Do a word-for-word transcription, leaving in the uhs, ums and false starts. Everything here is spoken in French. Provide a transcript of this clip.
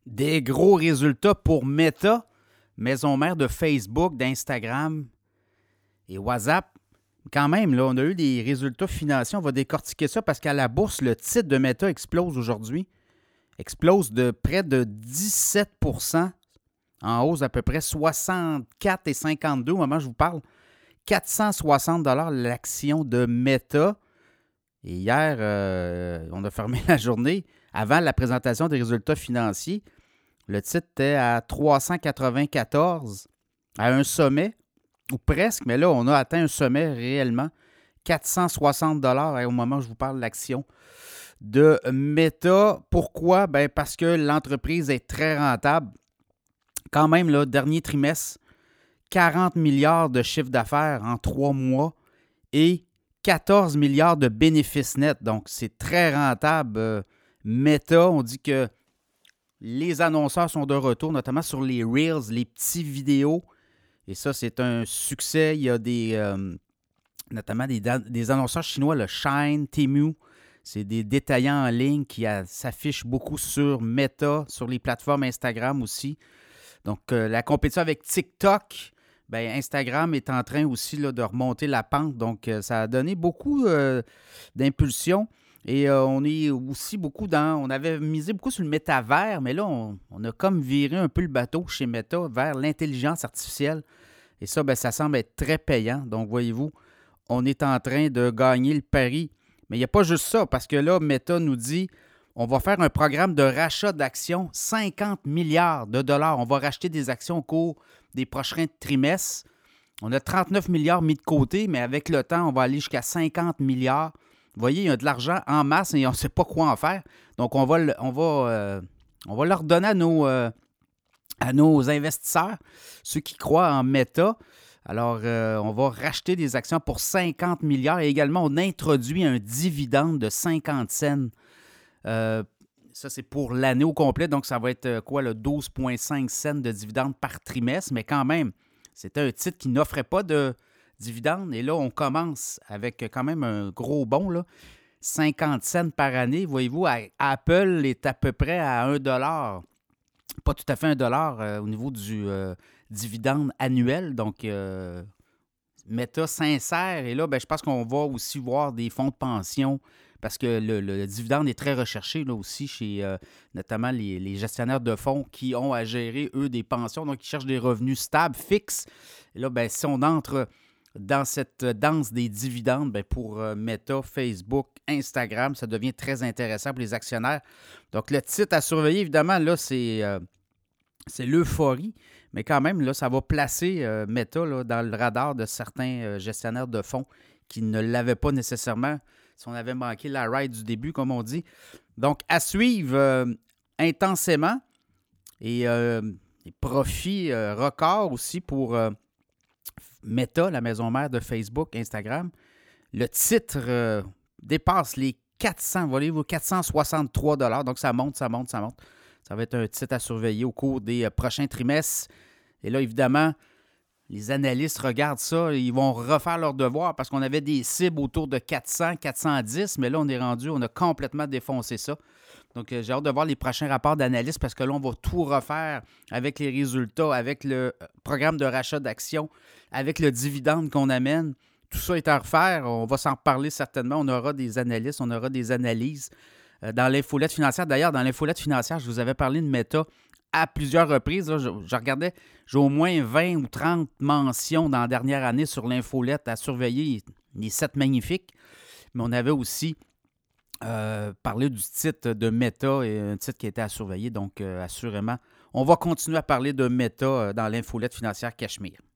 Des gros résultats pour Meta, maison mère de Facebook, d'Instagram et WhatsApp. Quand même, là, on a eu des résultats financiers. On va décortiquer ça parce qu'à la bourse, le titre de Meta explose aujourd'hui. Explose de près de dix-sept pour cent, en hausse d'à peu près soixante-quatre virgule cinquante-deux au moment où je vous parle. quatre cent soixante dollars l'action de Meta. Et hier, euh, on a fermé la journée avant la présentation des résultats financiers. Le titre était à trois cent quatre-vingt-quatorze, à un sommet, ou presque, mais là, on a atteint un sommet réellement. quatre cent soixante dollars au moment où je vous parle de l'action de Meta. Pourquoi? Ben parce que l'entreprise est très rentable. Quand même, le dernier trimestre, quarante milliards de chiffre d'affaires en trois mois et quatorze milliards de bénéfices nets. Donc, c'est très rentable. Euh, Meta, on dit que les annonceurs sont de retour, notamment sur les Reels, les petits vidéos. Et ça, c'est un succès. Il y a des, euh, notamment des, des annonceurs chinois, le Shine, Temu. C'est des détaillants en ligne qui a, s'affichent beaucoup sur Meta, sur les plateformes Instagram aussi. Donc, euh, la compétition avec TikTok, bien, Instagram est en train aussi là, de remonter la pente. Donc, euh, ça a donné beaucoup euh, d'impulsion. Et euh, on est aussi beaucoup dans... On avait misé beaucoup sur le métavers, mais là, on, on a comme viré un peu le bateau chez Meta vers l'intelligence artificielle. Et ça, bien, ça semble être très payant. Donc, voyez-vous, on est en train de gagner le pari. Mais il n'y a pas juste ça, parce que là, Meta nous dit... On va faire un programme de rachat d'actions, cinquante milliards de dollars. On va racheter des actions au cours des prochains trimestres. On a trente-neuf milliards mis de côté, mais avec le temps, on va aller jusqu'à cinquante milliards. Vous voyez, il y a de l'argent en masse et on ne sait pas quoi en faire. Donc, on va, on va, euh, on va leur donner à nos, euh, à nos investisseurs, ceux qui croient en Meta. Alors, euh, on va racheter des actions pour cinquante milliards et également, on introduit un dividende de cinquante cents. Euh, ça, c'est pour l'année au complet. Donc, ça va être euh, quoi, le douze virgule cinq cents de dividendes par trimestre. Mais quand même, c'était un titre qui n'offrait pas de dividendes. Et là, on commence avec quand même un gros bond, là, cinquante cents par année. Voyez-vous, Apple est à peu près à un dollar. Pas tout à fait un dollar euh, au niveau du euh, dividende annuel. Donc, euh, Meta s'insère. Et là, ben, je pense qu'on va aussi voir des fonds de pension parce que le, le, le dividende est très recherché là aussi chez euh, notamment les, les gestionnaires de fonds qui ont à gérer, eux, des pensions. Donc, ils cherchent des revenus stables, fixes. Et là, ben, si on entre dans cette danse des dividendes, ben, pour euh, Meta, Facebook, Instagram, ça devient très intéressant pour les actionnaires. Donc, le titre à surveiller, évidemment, là, c'est, euh, c'est l'euphorie. Mais quand même, là, ça va placer euh, Meta là, dans le radar de certains euh, gestionnaires de fonds qui ne l'avaient pas nécessairement si on avait manqué la ride du début, comme on dit. Donc, à suivre euh, intensément et euh, les profits euh, records aussi pour euh, Meta, la maison mère de Facebook, Instagram. Le titre euh, dépasse les quatre cents, voyez-vous, quatre cent soixante-trois dollars. Donc, ça monte, ça monte, ça monte. Ça va être un titre à surveiller au cours des euh, prochains trimestres. Et là, évidemment, les analystes regardent ça, ils vont refaire leur devoir parce qu'on avait des cibles autour de quatre cents, quatre cent dix, mais là, on est rendu, on a complètement défoncé ça. Donc, euh, j'ai hâte de voir les prochains rapports d'analyse parce que là, on va tout refaire avec les résultats, avec le programme de rachat d'actions, avec le dividende qu'on amène. Tout ça est à refaire. On va s'en reparler certainement. On aura des analystes, on aura des analyses euh, dans l'infolette financière. D'ailleurs, dans l'infolette financière, je vous avais parlé de Meta à plusieurs reprises. Là, je, je regardais, j'ai au moins vingt ou trente mentions dans la dernière année sur l'infolette à surveiller, les sept magnifiques. Mais on avait aussi euh, parlé du titre de Meta et un titre qui était à surveiller. Donc, euh, assurément, on va continuer à parler de Meta euh, dans l'infolette financière Cachemire.